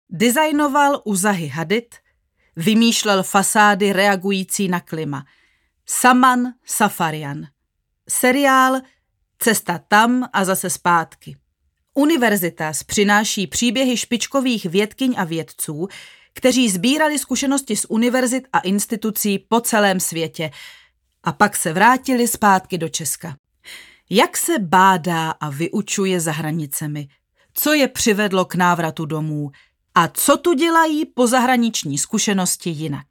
Designoval u Zahy Hadid, vymýšlel fasády reagující na klima. Saman Safarian. Seriál Cesta tam a zase zpátky. Univerzitas přináší příběhy špičkových vědkyň a vědců, kteří sbírali zkušenosti z univerzit a institucí po celém světě a pak se vrátili zpátky do Česka. Jak se bádá a vyučuje za hranicemi? Co je přivedlo k návratu domů? A co tu dělají po zahraniční zkušenosti jinak?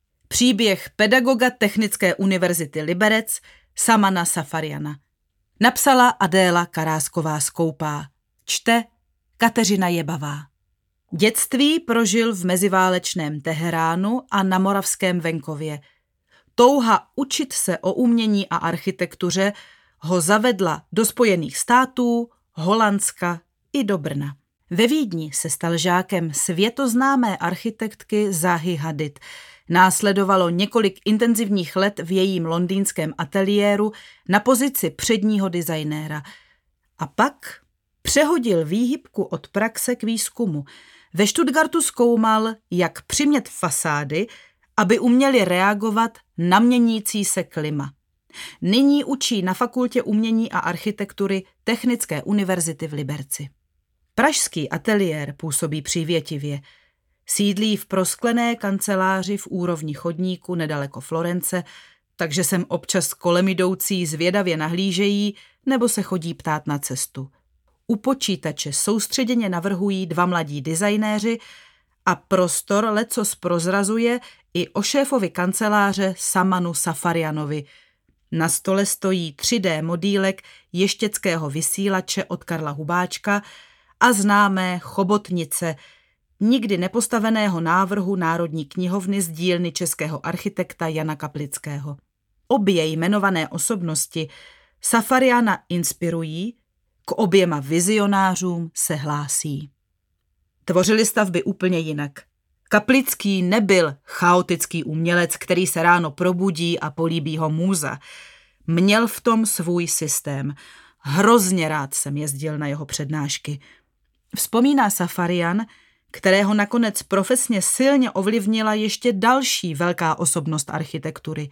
Příběh pedagoga Technické univerzity Liberec Samana Safariana. Napsala Adéla Karásková-Skoupá. Čte Kateřina Jebavá. Dětství prožil v meziválečném Teheránu a na moravském venkově. Touha učit se o umění a architektuře ho zavedla do Spojených států, Holandska i do Brna. Ve Vídni se stal žákem světoznámé architektky Zahy Hadid. Následovalo několik intenzivních let v jejím londýnském ateliéru na pozici předního designéra. A pak přehodil výhybku od praxe k výzkumu. Ve Stuttgartu zkoumal, jak přimět fasády, aby uměly reagovat na měnící se klima. Nyní učí na Fakultě umění a architektury Technické univerzity v Liberci. Pražský ateliér působí přívětivě. Sídlí v prosklené kanceláři v úrovni chodníku nedaleko Florence, takže sem občas kolem jdoucí zvědavě nahlížejí nebo se chodí ptát na cestu. U počítače soustředěně navrhují dva mladí designéři a prostor lecos prozrazuje i o šéfovi kanceláře Samanu Safarianovi. Na stole stojí 3D modílek ještěckého vysílače od Karla Hubáčka a známé chobotnice, nikdy nepostaveného návrhu Národní knihovny z dílny českého architekta Jana Kaplického. Obě jmenované osobnosti Safariana inspirují, k oběma vizionářům se hlásí. Tvořili stavby úplně jinak. Kaplický nebyl chaotický umělec, který se ráno probudí a políbí ho můza. Měl v tom svůj systém. Hrozně rád jsem jezdil na jeho přednášky. Vzpomíná Safarian, kterého nakonec profesně silně ovlivnila ještě další velká osobnost architektury.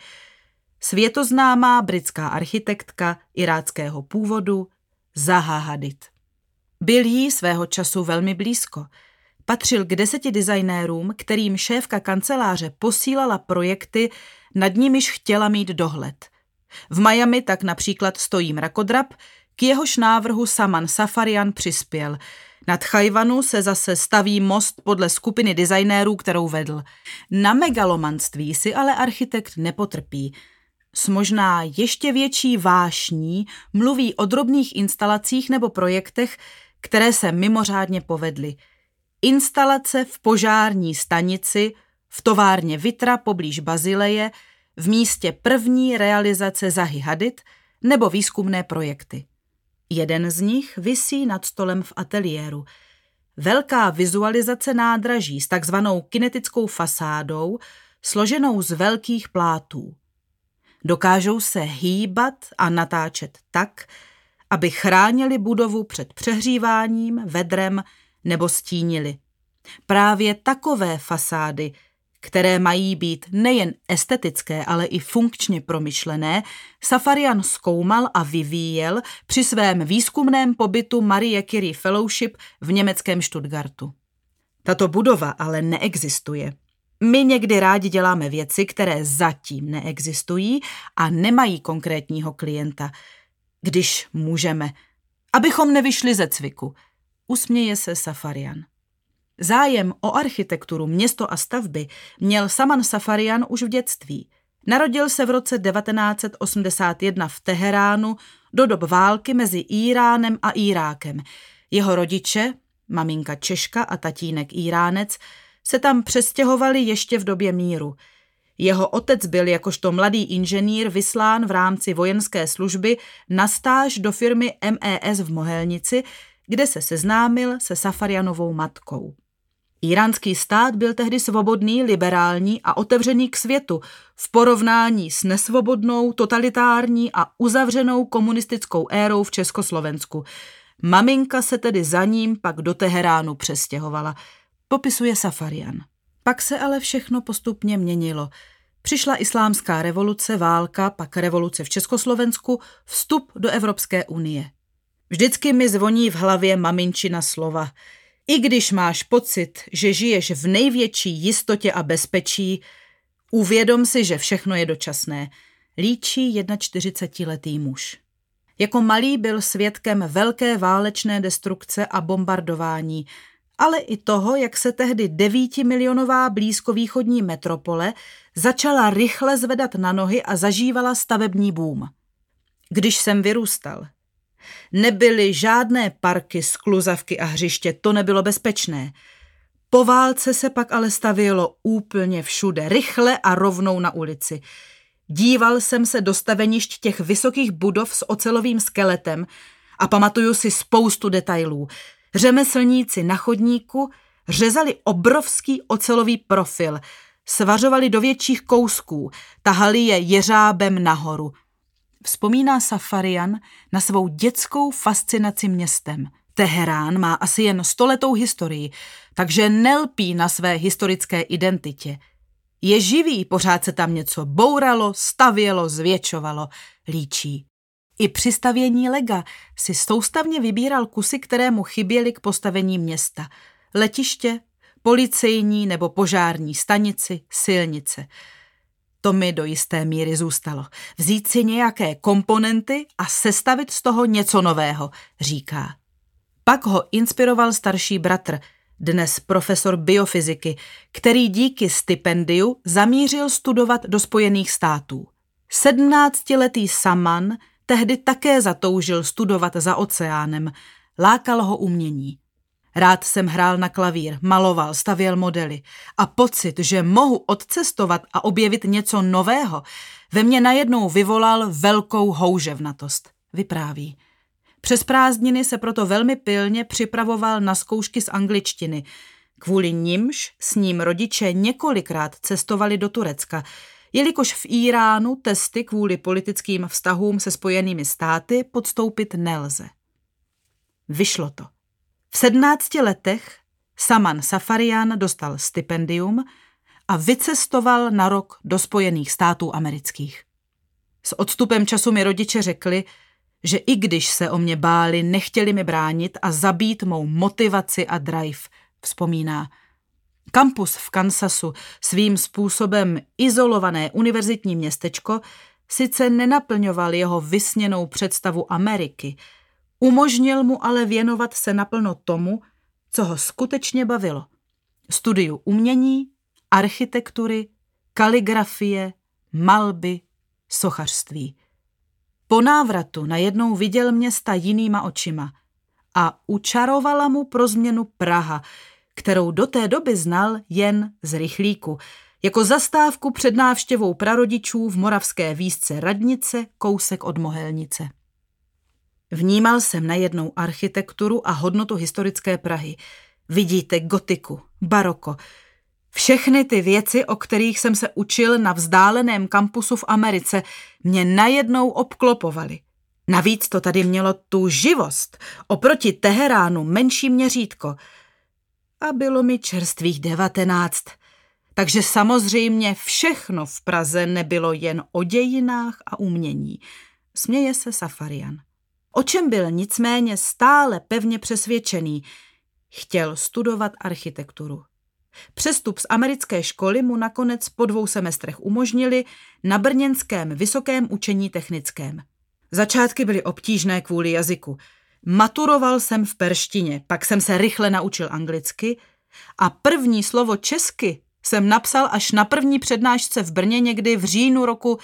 Světoznámá britská architektka iráckého původu Zaha Hadid. Byl jí svého času velmi blízko. Patřil k 10 designérům, kterým šéfka kanceláře posílala projekty, nad nimiž chtěla mít dohled. V Miami tak například stojí mrakodrap, k jehož návrhu Saman Safarian přispěl. Nad Chajvanu se zase staví most podle skupiny designérů, kterou vedl. Na megalomanství si ale architekt nepotrpí. S možná ještě větší vášní mluví o drobných instalacích nebo projektech, které se mimořádně povedly. Instalace v požární stanici, v továrně Vitra poblíž Bazileje, v místě první realizace Zahy Hadid nebo výzkumné projekty. Jeden z nich visí nad stolem v ateliéru. Velká vizualizace nádraží s takzvanou kinetickou fasádou, složenou z velkých plátů. Dokážou se hýbat a natáčet tak, aby chránili budovu před přehříváním, vedrem nebo stínili. Právě takové fasády, které mají být nejen estetické, ale i funkčně promyšlené, Safarian zkoumal a vyvíjel při svém výzkumném pobytu Marie Curie Fellowship v německém Stuttgartu. Tato budova ale neexistuje. My někdy rádi děláme věci, které zatím neexistují a nemají konkrétního klienta, když můžeme, abychom nevyšli ze cviku. Usměje se Safarian. Zájem o architekturu, město a stavby měl Saman Safarian už v dětství. Narodil se v roce 1981 v Teheránu do dob války mezi Íránem a Irákem. Jeho rodiče, maminka Češka a tatínek Íránec, se tam přestěhovali ještě v době míru. Jeho otec byl jakožto mladý inženýr vyslán v rámci vojenské služby na stáž do firmy MES v Mohelnici, kde se seznámil se Safarianovou matkou. Íránský stát byl tehdy svobodný, liberální a otevřený k světu v porovnání s nesvobodnou, totalitární a uzavřenou komunistickou érou v Československu. Maminka se tedy za ním pak do Teheránu přestěhovala. popisuje Safarian. Pak se ale všechno postupně měnilo. Přišla islámská revoluce, válka, pak revoluce v Československu, vstup do Evropské unie. Vždycky mi zvoní v hlavě maminčina slova. I když máš pocit, že žiješ v největší jistotě a bezpečí, uvědom si, že všechno je dočasné, líčí 41letý muž. Jako malý byl svědkem velké válečné destrukce a bombardování, ale i toho, jak se tehdy 9milionová blízkovýchodní metropole začala rychle zvedat na nohy a zažívala stavební boom. Když jsem vyrůstal, nebyly žádné parky, skluzavky a hřiště, to nebylo bezpečné. Po válce se pak ale stavělo úplně všude, rychle a rovnou na ulici. Díval jsem se do stavenišť těch vysokých budov s ocelovým skeletem a pamatuju si spoustu detailů. Řemeslníci na chodníku řezali obrovský ocelový profil, svařovali do větších kousků, tahali je jeřábem nahoru. Vzpomíná Safarian na svou dětskou fascinaci městem. Teherán má asi jen 100letou historii, takže nelpí na své historické identitě. Je živý, pořád se tam něco bouralo, stavělo, zvětšovalo, líčí. I při stavění lega si soustavně vybíral kusy, které mu chyběly k postavení města. Letiště, policejní nebo požární stanici, silnice. To mi do jisté míry zůstalo. Vzít si nějaké komponenty a sestavit z toho něco nového, říká. Pak ho inspiroval starší bratr, dnes profesor biofyziky, který díky stipendiu zamířil studovat do Spojených států. 17letý Saman tehdy také zatoužil studovat za oceánem, lákal ho umění. Rád jsem hrál na klavír, maloval, stavěl modely a pocit, že mohu odcestovat a objevit něco nového, ve mně najednou vyvolal velkou houževnatost, vypráví. Přes prázdniny se proto velmi pilně připravoval na zkoušky z angličtiny, kvůli nimž s ním rodiče několikrát cestovali do Turecka, jelikož v Íránu testy kvůli politickým vztahům se Spojenými státy podstoupit nelze. Vyšlo to. V 17 letech Saman Safarian dostal stipendium a vycestoval na rok do Spojených států amerických. S odstupem času mi rodiče řekli, že i když se o mě báli, nechtěli mi bránit a zabít mou motivaci a drive, vzpomíná. Kampus v Kansasu, svým způsobem izolované univerzitní městečko, sice nenaplňoval jeho vysněnou představu Ameriky, umožnil mu ale věnovat se naplno tomu, co ho skutečně bavilo. Studiu umění, architektury, kaligrafie, malby, sochařství. Po návratu najednou viděl města jinýma očima a učarovala mu pro změnu Praha, kterou do té doby znal jen z rychlíku, jako zastávku před návštěvou prarodičů v moravské vísce Radnice, kousek od Mohelnice. Vnímal jsem najednou architekturu a hodnotu historické Prahy. Vidíte gotiku, baroko, všechny ty věci, o kterých jsem se učil na vzdáleném kampusu v Americe, mě najednou obklopovaly. Navíc to tady mělo tu živost, oproti Teheránu menší měřítko. A bylo mi čerstvých 19, takže samozřejmě všechno v Praze nebylo jen o dějinách a umění. Směje se Safarian. O čem byl nicméně stále pevně přesvědčený? Chtěl studovat architekturu. Přestup z americké školy mu nakonec po 2 semestrech umožnili na brněnském Vysokém učení technickém. Začátky byly obtížné kvůli jazyku. Maturoval jsem v perštině, pak jsem se rychle naučil anglicky a první slovo česky jsem napsal až na první přednášce v Brně někdy v říjnu roku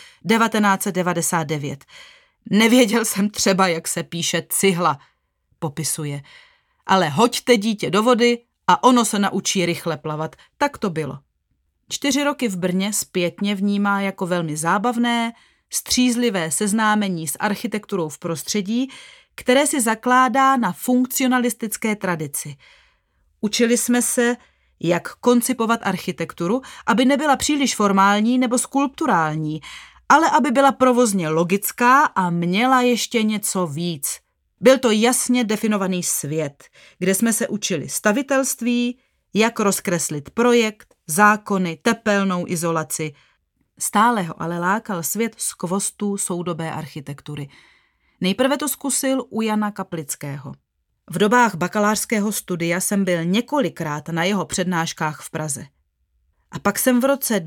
1999. Nevěděl jsem třeba, jak se píše cihla, popisuje. Ale hoďte dítě do vody a ono se naučí rychle plavat. Tak to bylo. 4 roky v Brně zpětně vnímá jako velmi zábavné, střízlivé seznámení s architekturou v prostředí, které si zakládá na funkcionalistické tradici. Učili jsme se, jak koncipovat architekturu, aby nebyla příliš formální nebo skulpturální, ale aby byla provozně logická a měla ještě něco víc. Byl to jasně definovaný svět, kde jsme se učili stavitelství, jak rozkreslit projekt, zákony, tepelnou izolaci. Stále ho ale lákal svět skvostů soudobé architektury. Nejprve to zkusil u Jana Kaplického. V dobách bakalářského studia jsem byl několikrát na jeho přednáškách v Praze. A pak jsem v roce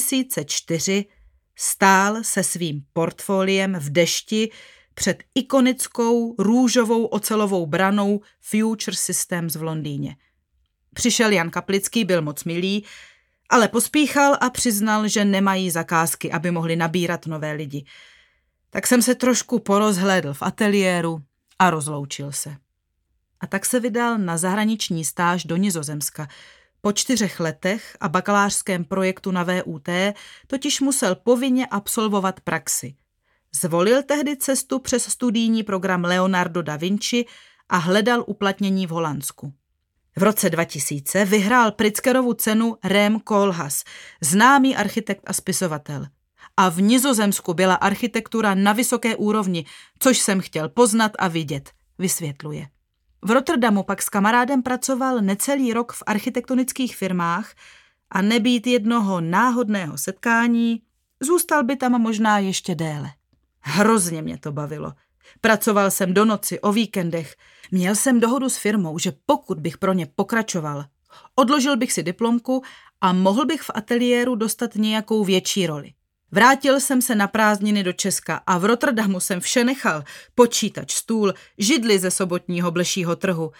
2004 stál se svým portfoliem v dešti před ikonickou růžovou ocelovou branou Future Systems v Londýně. Přišel Jan Kaplický, byl moc milý, ale pospíchal a přiznal, že nemají zakázky, aby mohli nabírat nové lidi. Tak jsem se trošku porozhlédl v ateliéru a rozloučil se. A tak se vydal na zahraniční stáž do Nizozemska. Po 4 letech a bakalářském projektu na VUT totiž musel povinně absolvovat praxi. Zvolil tehdy cestu přes studijní program Leonardo da Vinci a hledal uplatnění v Holandsku. V roce 2000 vyhrál Pritzkerovu cenu Rem Koolhaas, známý architekt a spisovatel. A v Nizozemsku byla architektura na vysoké úrovni, což jsem chtěl poznat a vidět, vysvětluje. V Rotterdamu pak s kamarádem pracoval necelý rok v architektonických firmách a nebýt jednoho náhodného setkání, zůstal by tam možná ještě déle. Hrozně mě to bavilo. Pracoval jsem do noci, o víkendech. Měl jsem dohodu s firmou, že pokud bych pro ně pokračoval, odložil bych si diplomku a mohl bych v ateliéru dostat nějakou větší roli. Vrátil jsem se na prázdniny do Česka a v Rotterdamu jsem vše nechal. Počítač, stůl, židli ze sobotního blešího trhu.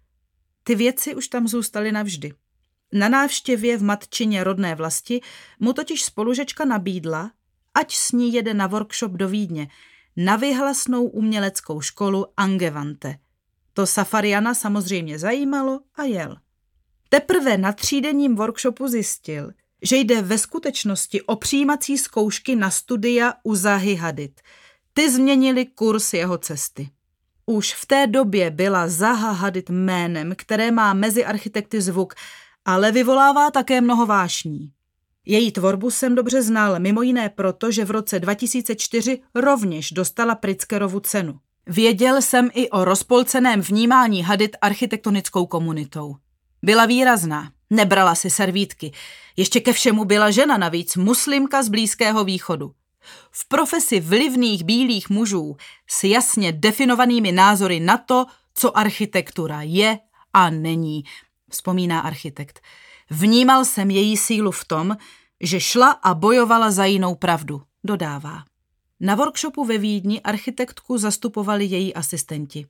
Ty věci už tam zůstaly navždy. Na návštěvě v matčině rodné vlasti mu totiž spolužečka nabídla, ať s ní jede na workshop do Vídně, na vyhlasnou uměleckou školu Angewandte. To Safariana samozřejmě zajímalo a jel. Teprve na 3denním workshopu zjistil, že jde ve skutečnosti o přijímací zkoušky na studia u Zahy Hadid. Ty změnily kurz jeho cesty. Už v té době byla Zaha Hadid jménem, které má mezi architekty zvuk, ale vyvolává také mnoho vášní. Její tvorbu jsem dobře znal, mimo jiné proto, že v roce 2004 rovněž dostala Pritzkerovu cenu. Věděl jsem i o rozpolceném vnímání Hadid architektonickou komunitou. Byla výrazná, nebrala si servítky. Ještě ke všemu byla žena, navíc muslimka z Blízkého východu. V profesi vlivných bílých mužů s jasně definovanými názory na to, co architektura je a není, vzpomíná architekt. Vnímal jsem její sílu v tom, že šla a bojovala za jinou pravdu, dodává. Na workshopu ve Vídni architektku zastupovali její asistenti.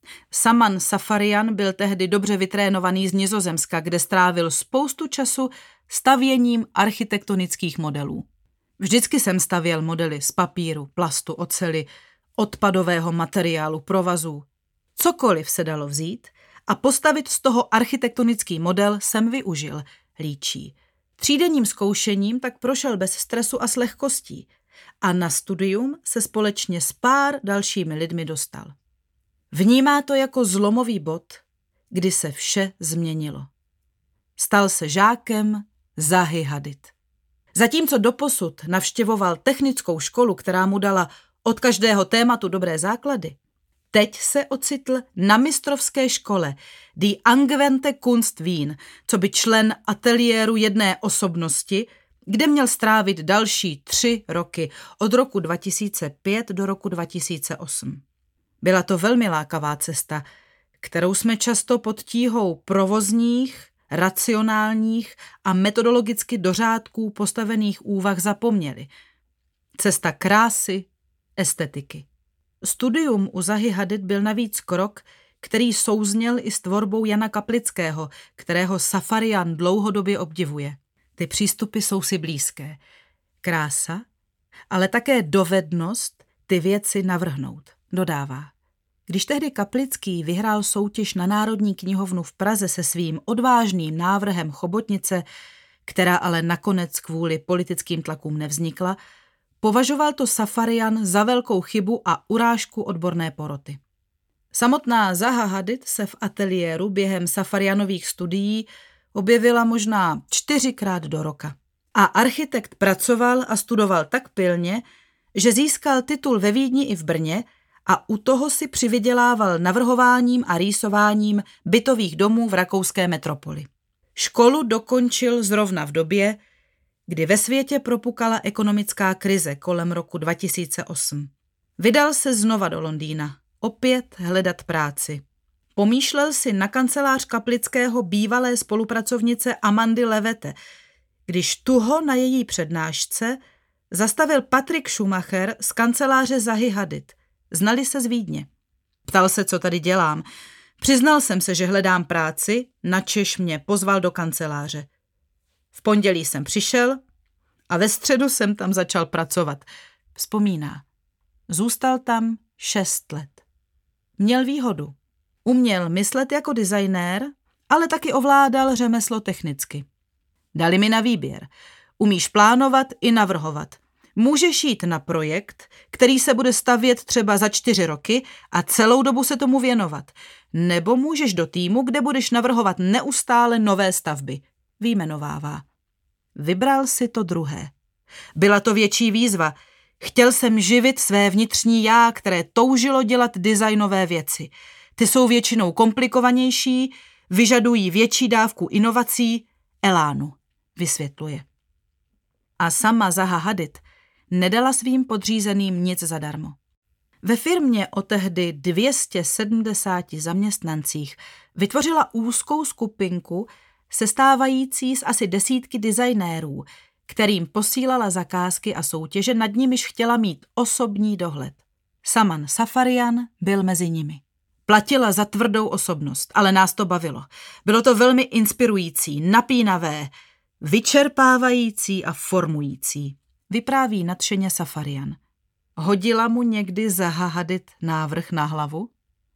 Saman Safarian byl tehdy dobře vytrénovaný z Nizozemska, kde strávil spoustu času stavěním architektonických modelů. Vždycky jsem stavěl modely z papíru, plastu, oceli, odpadového materiálu, provazů. Cokoliv se dalo vzít a postavit z toho architektonický model jsem využil, líčí. 3denním zkoušením tak prošel bez stresu a s lehkostí a na studium se společně s pár dalšími lidmi dostal. Vnímá to jako zlomový bod, kdy se vše změnilo. Stal se žákem Zahy Hadid. Zatímco doposud navštěvoval technickou školu, která mu dala od každého tématu dobré základy, teď se ocitl na mistrovské škole Die Angewandte Kunst Wien, co by člen ateliéru jedné osobnosti, kde měl strávit další 3 roky, od roku 2005 do roku 2008. Byla to velmi lákavá cesta, kterou jsme často pod tíhou provozních, racionálních a metodologicky do řádků postavených úvah zapomněli. Cesta krásy, estetiky. Studium u Zahy Hadid byl navíc krok, který souzněl i s tvorbou Jana Kaplického, kterého Safarian dlouhodobě obdivuje. Ty přístupy jsou si blízké. Krása, ale také dovednost ty věci navrhnout, dodává. Když tehdy Kaplický vyhrál soutěž na Národní knihovnu v Praze se svým odvážným návrhem chobotnice, která ale nakonec kvůli politickým tlakům nevznikla, považoval to Safarian za velkou chybu a urážku odborné poroty. Samotná Zaha Hadid se v ateliéru během Safarianových studií objevila možná 4krát do roka. A architekt pracoval a studoval tak pilně, že získal titul ve Vídni i v Brně a u toho si přivydělával navrhováním a rýsováním bytových domů v rakouské metropoli. Školu dokončil zrovna v době, kdy ve světě propukala ekonomická krize kolem roku 2008. Vydal se znova do Londýna, opět hledat práci. Pomýšlel si na kancelář Kaplického bývalé spolupracovnice Amandy Levete, když tu ho na její přednášce zastavil Patrick Schumacher z kanceláře Zahy Hadid. Znali se z Vídně. Ptal se, co tady dělám. Přiznal jsem se, že hledám práci, načež mě pozval do kanceláře. V pondělí jsem přišel a ve středu jsem tam začal pracovat. Vzpomíná. Zůstal tam 6 let. Měl výhodu. Uměl myslet jako designér, ale taky ovládal řemeslo technicky. Dali mi na výběr. Umíš plánovat i navrhovat. Můžeš jít na projekt, který se bude stavět třeba za 4 roky a celou dobu se tomu věnovat. Nebo můžeš do týmu, kde budeš navrhovat neustále nové stavby. Vyjmenovává. Vybral si to druhé. Byla to větší výzva. Chtěl jsem živit své vnitřní já, které toužilo dělat designové věci. Ty jsou většinou komplikovanější, vyžadují větší dávku inovací, elánu, vysvětluje. A sama Zaha Hadid nedala svým podřízeným nic zadarmo. Ve firmě o tehdy 270 zaměstnancích vytvořila úzkou skupinku sestávající z asi 10 designérů, kterým posílala zakázky a soutěže, nad nimiž chtěla mít osobní dohled. Saman Safarian byl mezi nimi. Platila za tvrdou osobnost, ale nás to bavilo. Bylo to velmi inspirující, napínavé, vyčerpávající a formující, vypráví nadšeně Safarian. Hodila mu někdy Zaha Hadid návrh na hlavu?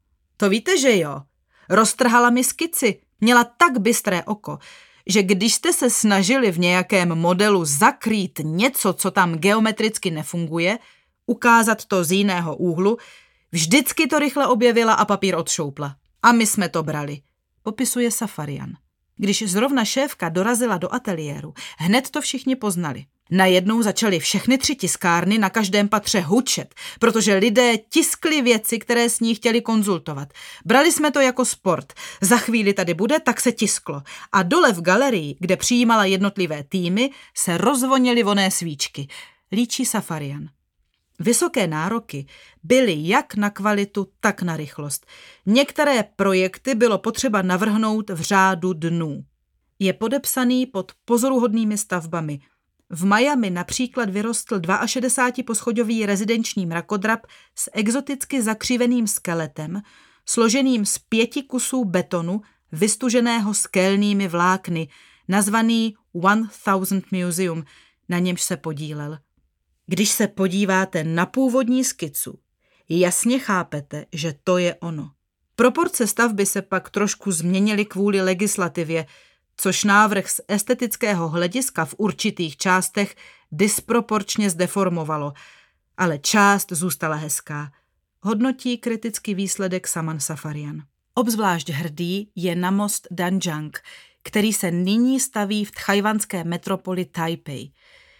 To víte, že jo. Roztrhala mi skici, měla tak bystré oko, že když jste se snažili v nějakém modelu zakrýt něco, co tam geometricky nefunguje, ukázat to z jiného úhlu, vždycky to rychle objevila a papír odšoupla. A my jsme to brali, popisuje Safarian. Když zrovna šéfka dorazila do ateliéru, hned to všichni poznali. Najednou začaly všechny 3 tiskárny na každém patře hučet, protože lidé tiskli věci, které s ní chtěli konzultovat. Brali jsme to jako sport. Za chvíli tady bude, tak se tisklo. A dole v galerii, kde přijímala jednotlivé týmy, se rozvonily vonné svíčky. Líčí Safarian. Vysoké nároky byly jak na kvalitu, tak na rychlost. Některé projekty bylo potřeba navrhnout v řádu dnů. Je podepsaný pod pozoruhodnými stavbami. V Miami například vyrostl 62poschodový rezidenční mrakodrap s exoticky zakřiveným skeletem, složeným z 5 kusů betonu, vystuženého skelnými vlákny, nazvaný 1000 Museum, na němž se podílel. Když se podíváte na původní skicu, jasně chápete, že to je ono. Proporce stavby se pak trošku změnily kvůli legislativě, což návrh z estetického hlediska v určitých částech disproporčně zdeformovalo, ale část zůstala hezká. Hodnotí kritický výsledek Saman Safarian. Obzvlášť hrdý je na most Danjiang, který se nyní staví v tchajwanské metropoli Taipei.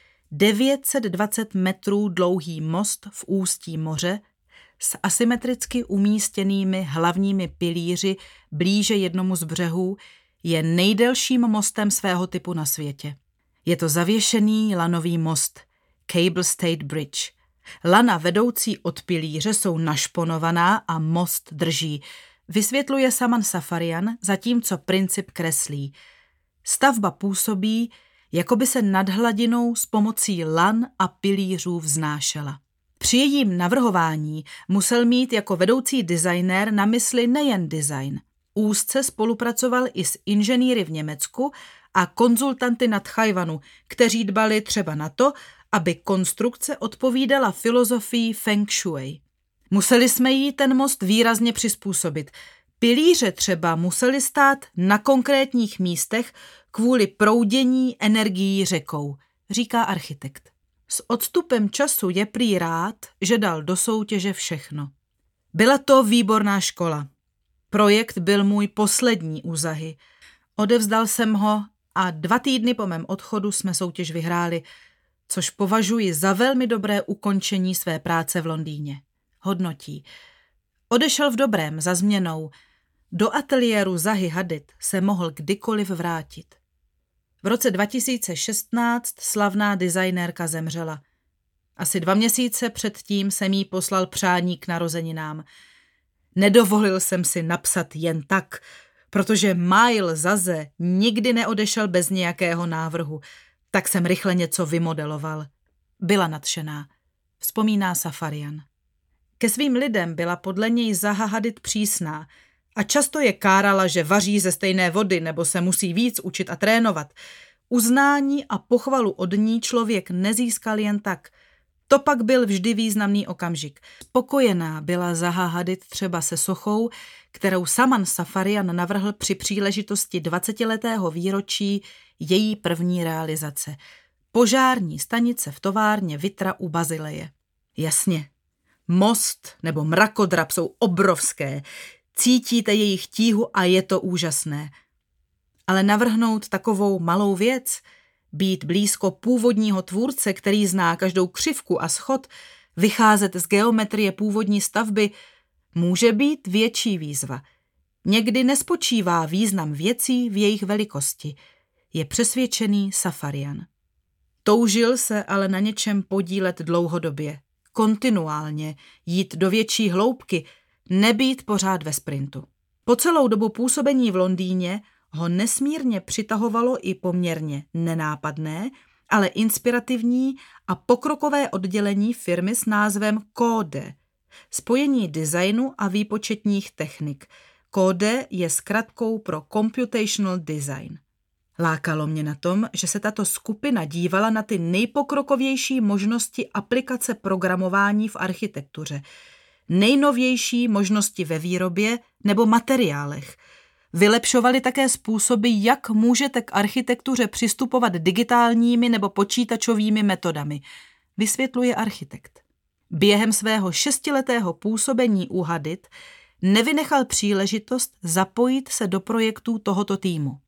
920 metrů dlouhý most v ústí moře s asymetricky umístěnými hlavními pilíři blíže jednomu z břehů je nejdelším mostem svého typu na světě. Je to zavěšený lanový most, Cable Stayed Bridge. Lana vedoucí od pilíře jsou našponovaná a most drží, vysvětluje Saman Safarian, zatímco princip kreslí. Stavba působí, jako by se nad hladinou s pomocí lan a pilířů vznášela. Při jejím navrhování musel mít jako vedoucí designér na mysli nejen design. Úzce spolupracoval i s inženýry v Německu a konzultanty na Tchajwanu, kteří dbali třeba na to, aby konstrukce odpovídala filozofii Feng Shui. Museli jsme jí ten most výrazně přizpůsobit. Pilíře třeba museli stát na konkrétních místech kvůli proudění energií řekou, říká architekt. S odstupem času je prý rád, že dal do soutěže všechno. Byla to výborná škola. Projekt byl můj poslední u Zahy. Odevzdal jsem ho a 2 týdny po mém odchodu jsme soutěž vyhráli, což považuji za velmi dobré ukončení své práce v Londýně. Hodnotí. Odešel v dobrém, za změnou. Do ateliéru Zahy Hadid se mohl kdykoliv vrátit. V roce 2016 slavná designérka zemřela. Asi 2 měsíce předtím jsem jí poslal přání k narozeninám. Nedovolil jsem si napsat jen tak, protože Mail Zaze nikdy neodešel bez nějakého návrhu, tak jsem rychle něco vymodeloval. Byla nadšená, vzpomíná Safarian. Ke svým lidem byla podle něj Zaha Hadid přísná a často je kárala, že vaří ze stejné vody nebo se musí víc učit a trénovat. Uznání a pochvalu od ní člověk nezískal jen tak. To pak byl vždy významný okamžik. Spokojená byla Zaha Hadid třeba se sochou, kterou Saman Safarian navrhl při příležitosti 20letého výročí její první realizace. Požární stanice v továrně Vitra u Bazileje. Jasně, most nebo mrakodrap jsou obrovské, cítíte jejich tíhu a je to úžasné. Ale navrhnout takovou malou věc, být blízko původního tvůrce, který zná každou křivku a schod, vycházet z geometrie původní stavby, může být větší výzva. Někdy nespočívá význam věcí v jejich velikosti, je přesvědčený Safarian. Toužil se ale na něčem podílet dlouhodobě, kontinuálně, jít do větší hloubky, nebýt pořád ve sprintu. Po celou dobu působení v Londýně ho nesmírně přitahovalo i poměrně nenápadné, ale inspirativní a pokrokové oddělení firmy s názvem Code, spojení designu a výpočetních technik. Code je zkratkou pro Computational Design. Lákalo mě na tom, že se tato skupina dívala na ty nejpokrokovější možnosti aplikace programování v architektuře, nejnovější možnosti ve výrobě nebo materiálech. Vylepšovali také způsoby, jak můžete k architektuře přistupovat digitálními nebo počítačovými metodami, vysvětluje architekt. Během svého 6letého působení u Hadid nevynechal příležitost zapojit se do projektů tohoto týmu.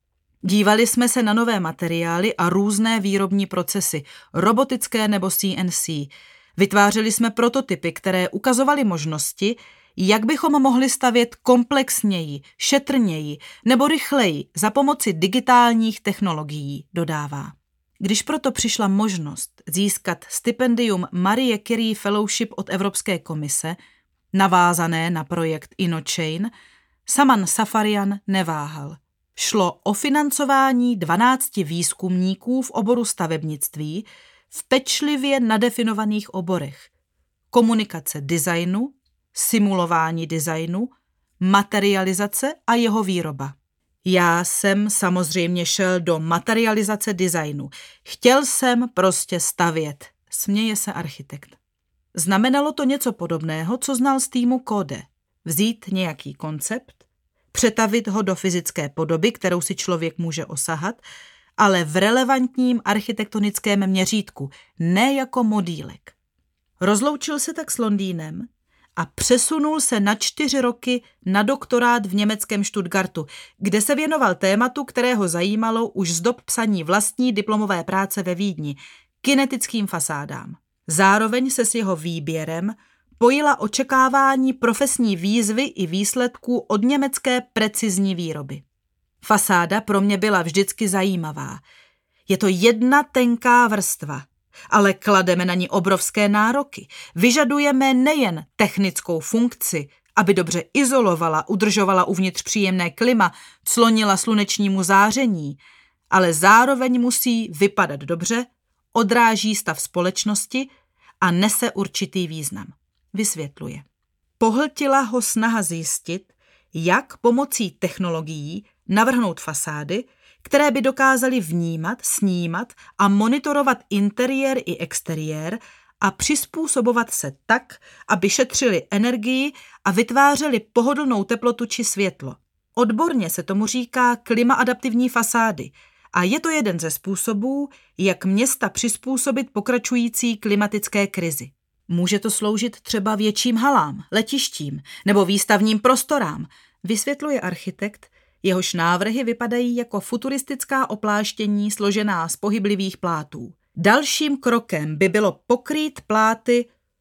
Dívali jsme se na nové materiály a různé výrobní procesy, robotické nebo CNC. Vytvářeli jsme prototypy, které ukazovaly možnosti, jak bychom mohli stavět komplexněji, šetrněji nebo rychleji za pomoci digitálních technologií, dodává. Když proto přišla možnost získat stipendium Marie Curie Fellowship od Evropské komise, navázané na projekt InnoChain, Saman Safarian neváhal. Šlo o financování 12 výzkumníků v oboru stavebnictví v pečlivě nadefinovaných oborech. Komunikace designu, simulování designu, materializace a jeho výroba. Já jsem samozřejmě šel do materializace designu. Chtěl jsem prostě stavět, směje se architekt. Znamenalo to něco podobného, co znal z týmu Code. Vzít nějaký koncept, přetavit ho do fyzické podoby, kterou si člověk může osahat, ale v relevantním architektonickém měřítku, ne jako modílek. Rozloučil se tak s Londýnem a přesunul se na 4 roky na doktorát v německém Stuttgartu, kde se věnoval tématu, které ho zajímalo už z dob psaní vlastní diplomové práce ve Vídni, kinetickým fasádám. Zároveň se s jeho výběrem pojila očekávání profesní výzvy i výsledků od německé precizní výroby. Fasáda pro mě byla vždycky zajímavá. Je to jedna tenká vrstva, ale klademe na ní obrovské nároky. Vyžadujeme nejen technickou funkci, aby dobře izolovala, udržovala uvnitř příjemné klima, clonila slunečnímu záření, ale zároveň musí vypadat dobře, odráží stav společnosti a nese určitý význam. Vysvětluje. Pohltila ho snaha zjistit, jak pomocí technologií navrhnout fasády, které by dokázaly vnímat, snímat a monitorovat interiér i exteriér a přizpůsobovat se tak, aby šetřili energii a vytvářeli pohodlnou teplotu či světlo. Odborně se tomu říká klimaadaptivní fasády a je to jeden ze způsobů, jak města přizpůsobit pokračující klimatické krizi. Může to sloužit třeba větším halám, letištím nebo výstavním prostorám, vysvětluje architekt, jehož návrhy vypadají jako futuristická opláštění složená z pohyblivých plátů. Dalším krokem by bylo pokrýt pláty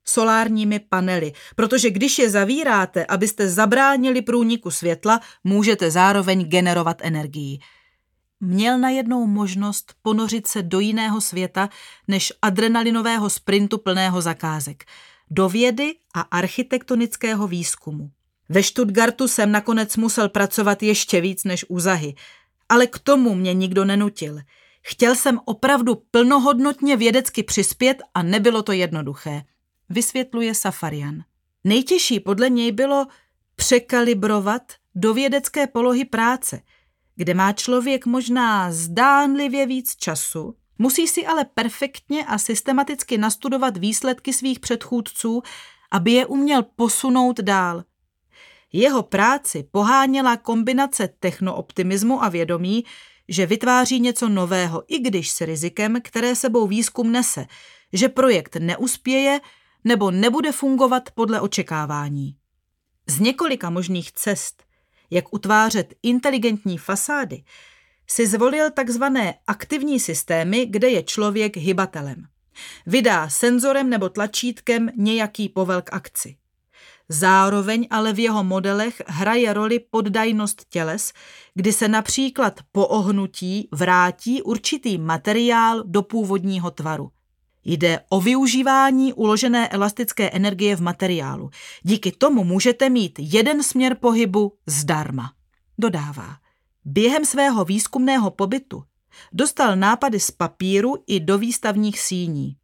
solárními panely, protože když je zavíráte, abyste zabránili průniku světla, můžete zároveň generovat energii. Měl najednou možnost ponořit se do jiného světa než adrenalinového sprintu plného zakázek, do vědy a architektonického výzkumu. Ve Stuttgartu jsem nakonec musel pracovat ještě víc než u Zahy, ale k tomu mě nikdo nenutil. Chtěl jsem opravdu plnohodnotně vědecky přispět a nebylo to jednoduché, vysvětluje Safarian. Nejtěžší podle něj bylo překalibrovat do vědecké polohy práce, kde má člověk možná zdánlivě víc času, musí si ale perfektně a systematicky nastudovat výsledky svých předchůdců, aby je uměl posunout dál. Jeho práci poháněla kombinace technooptimismu a vědomí, že vytváří něco nového, i když s rizikem, které sebou výzkum nese, že projekt neuspěje nebo nebude fungovat podle očekávání. Z několika možných cest, jak utvářet inteligentní fasády, si zvolil takzvané aktivní systémy, kde je člověk hybatelem. Vydá senzorem nebo tlačítkem nějaký povel k akci. Zároveň ale v jeho modelech hraje roli poddajnost těles, kdy se například po ohnutí vrátí určitý materiál do původního tvaru. Jde o využívání uložené elastické energie v materiálu. Díky tomu můžete mít jeden směr pohybu zdarma. Dodává. Během svého výzkumného pobytu dostal nápady z papíru i do výstavních síní.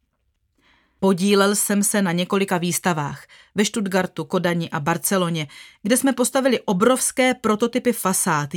Podílel jsem se na několika výstavách ve Stuttgartu, Kodani a Barceloně, kde jsme postavili obrovské prototypy fasád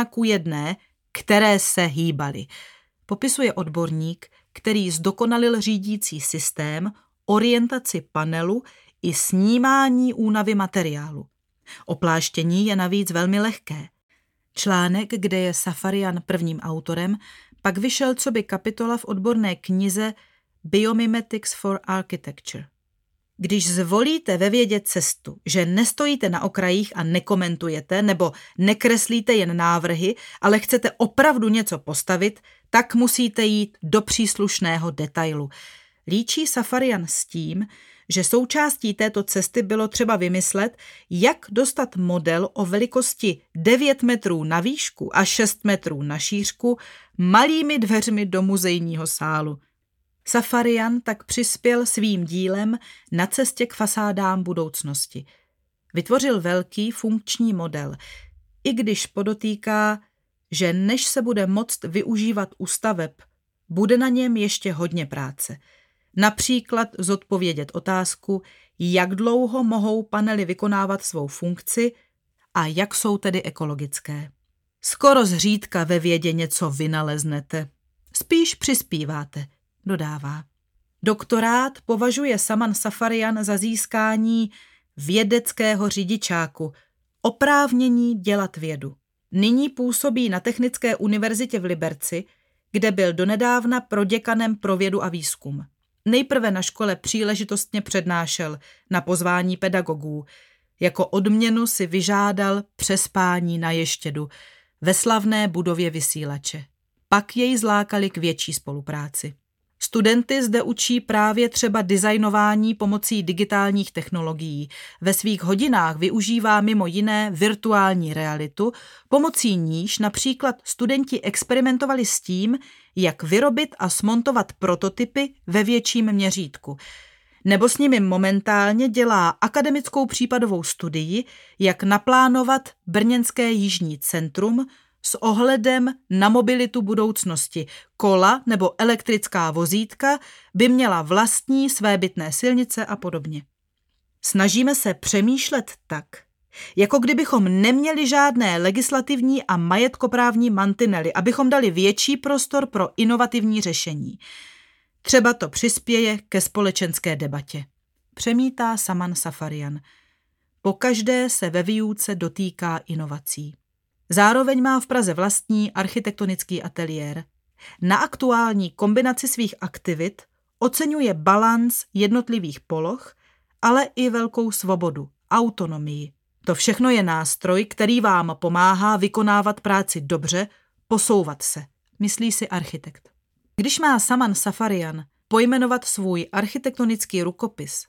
1:1, které se hýbaly. Popisuje odborník, který zdokonalil řídící systém, orientaci panelu i snímání únavy materiálu. Opláštění je navíc velmi lehké. Článek, kde je Safarian prvním autorem, pak vyšel coby kapitola v odborné knize Biomimetics for Architecture. Když zvolíte ve vědě cestu, že nestojíte na okrajích a nekomentujete nebo nekreslíte jen návrhy, ale chcete opravdu něco postavit, tak musíte jít do příslušného detailu. Líčí Safarian s tím, že součástí této cesty bylo třeba vymyslet, jak dostat model o velikosti 9 metrů na výšku a 6 metrů na šířku malými dveřmi do muzejního sálu. Safarian tak přispěl svým dílem na cestě k fasádám budoucnosti. Vytvořil velký funkční model, i když podotýká, že než se bude moct využívat u staveb, bude na něm ještě hodně práce. Například zodpovědět otázku, jak dlouho mohou panely vykonávat svou funkci a jak jsou tedy ekologické. Skoro zřídka ve vědě něco vynaleznete, spíš přispíváte, dodává. Doktorát považuje Saman Safarian za získání vědeckého řidičáku, oprávnění dělat vědu. Nyní působí na Technické univerzitě v Liberci, kde byl donedávna proděkanem pro vědu a výzkum. Nejprve na škole příležitostně přednášel na pozvání pedagogů. Jako odměnu si vyžádal přespání na Ještědu ve slavné budově vysílače. Pak jej zlákali k větší spolupráci. Studenty zde učí právě třeba designování pomocí digitálních technologií. Ve svých hodinách využívá mimo jiné virtuální realitu, pomocí níž například studenti experimentovali s tím, jak vyrobit a smontovat prototypy ve větším měřítku. Nebo s nimi momentálně dělá akademickou případovou studii, jak naplánovat brněnské Jižní centrum s ohledem na mobilitu budoucnosti. Kola nebo elektrická vozítka by měla vlastní svébytné silnice a podobně. Snažíme se přemýšlet tak, jako kdybychom neměli žádné legislativní a majetkoprávní mantinely, abychom dali větší prostor pro inovativní řešení. Třeba to přispěje ke společenské debatě. Přemítá Saman Safarian. Pokaždé se ve výuce dotýká inovací. Zároveň má v Praze vlastní architektonický ateliér. Na aktuální kombinaci svých aktivit oceňuje balanc jednotlivých poloh, ale i velkou svobodu, autonomii. To všechno je nástroj, který vám pomáhá vykonávat práci dobře, posouvat se, myslí si architekt. Když má Saman Safarian pojmenovat svůj architektonický rukopis,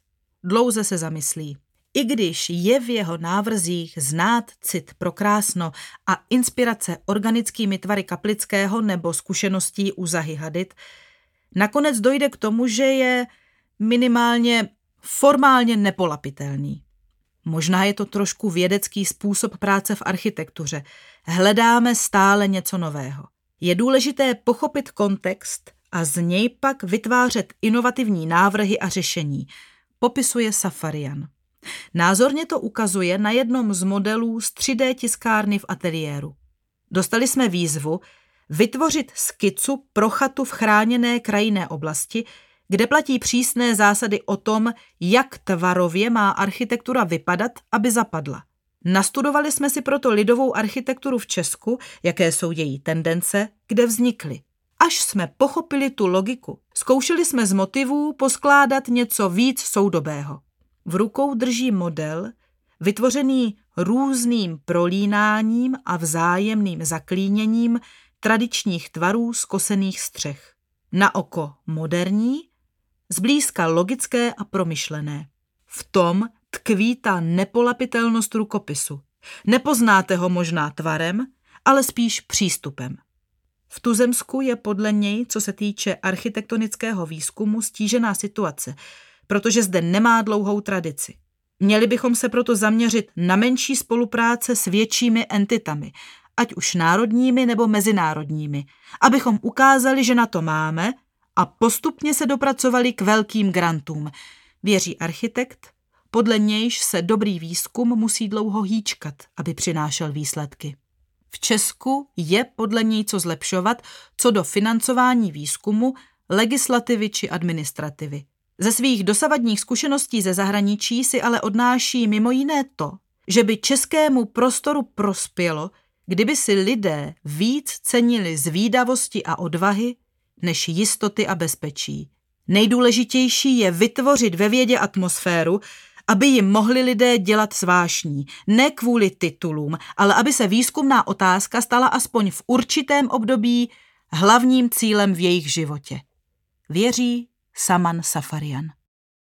dlouze se zamyslí. I když je v jeho návrzích znát cit pro krásno a inspirace organickými tvary Kaplického nebo zkušeností u Zahy Hadid, nakonec dojde k tomu, že je minimálně formálně nepolapitelný. Možná je to trošku vědecký způsob práce v architektuře. Hledáme stále něco nového. Je důležité pochopit kontext a z něj pak vytvářet inovativní návrhy a řešení, popisuje Safarian. Názorně to ukazuje na jednom z modelů z 3D tiskárny v ateliéru. Dostali jsme výzvu vytvořit skicu pro chatu v chráněné krajinné oblasti, kde platí přísné zásady o tom, jak tvarově má architektura vypadat, aby zapadla. Nastudovali jsme si proto lidovou architekturu v Česku, jaké jsou její tendence, kde vznikly. Až jsme pochopili tu logiku, zkoušeli jsme z motivů poskládat něco víc soudobého. V rukou drží model, vytvořený různým prolínáním a vzájemným zaklíněním tradičních tvarů skosených střech. Na oko moderní, zblízka logické a promyšlené. V tom tkví ta nepolapitelnost rukopisu. Nepoznáte ho možná tvarem, ale spíš přístupem. V tuzemsku je podle něj, co se týče architektonického výzkumu, stížená situace, protože zde nemá dlouhou tradici. Měli bychom se proto zaměřit na menší spolupráce s většími entitami, ať už národními nebo mezinárodními, abychom ukázali, že na to máme a postupně se dopracovali k velkým grantům. Věří architekt, podle nějž se dobrý výzkum musí dlouho hýčkat, aby přinášel výsledky. V Česku je podle něj co zlepšovat, co do financování výzkumu, legislativy či administrativy. Ze svých dosavadních zkušeností ze zahraničí si ale odnáší mimo jiné to, že by českému prostoru prospělo, kdyby si lidé víc cenili zvídavosti a odvahy než jistoty a bezpečí. Nejdůležitější je vytvořit ve vědě atmosféru, aby jim mohli lidé dělat s vášní, ne kvůli titulům, ale aby se výzkumná otázka stala aspoň v určitém období hlavním cílem v jejich životě. Věří Saman Safarian.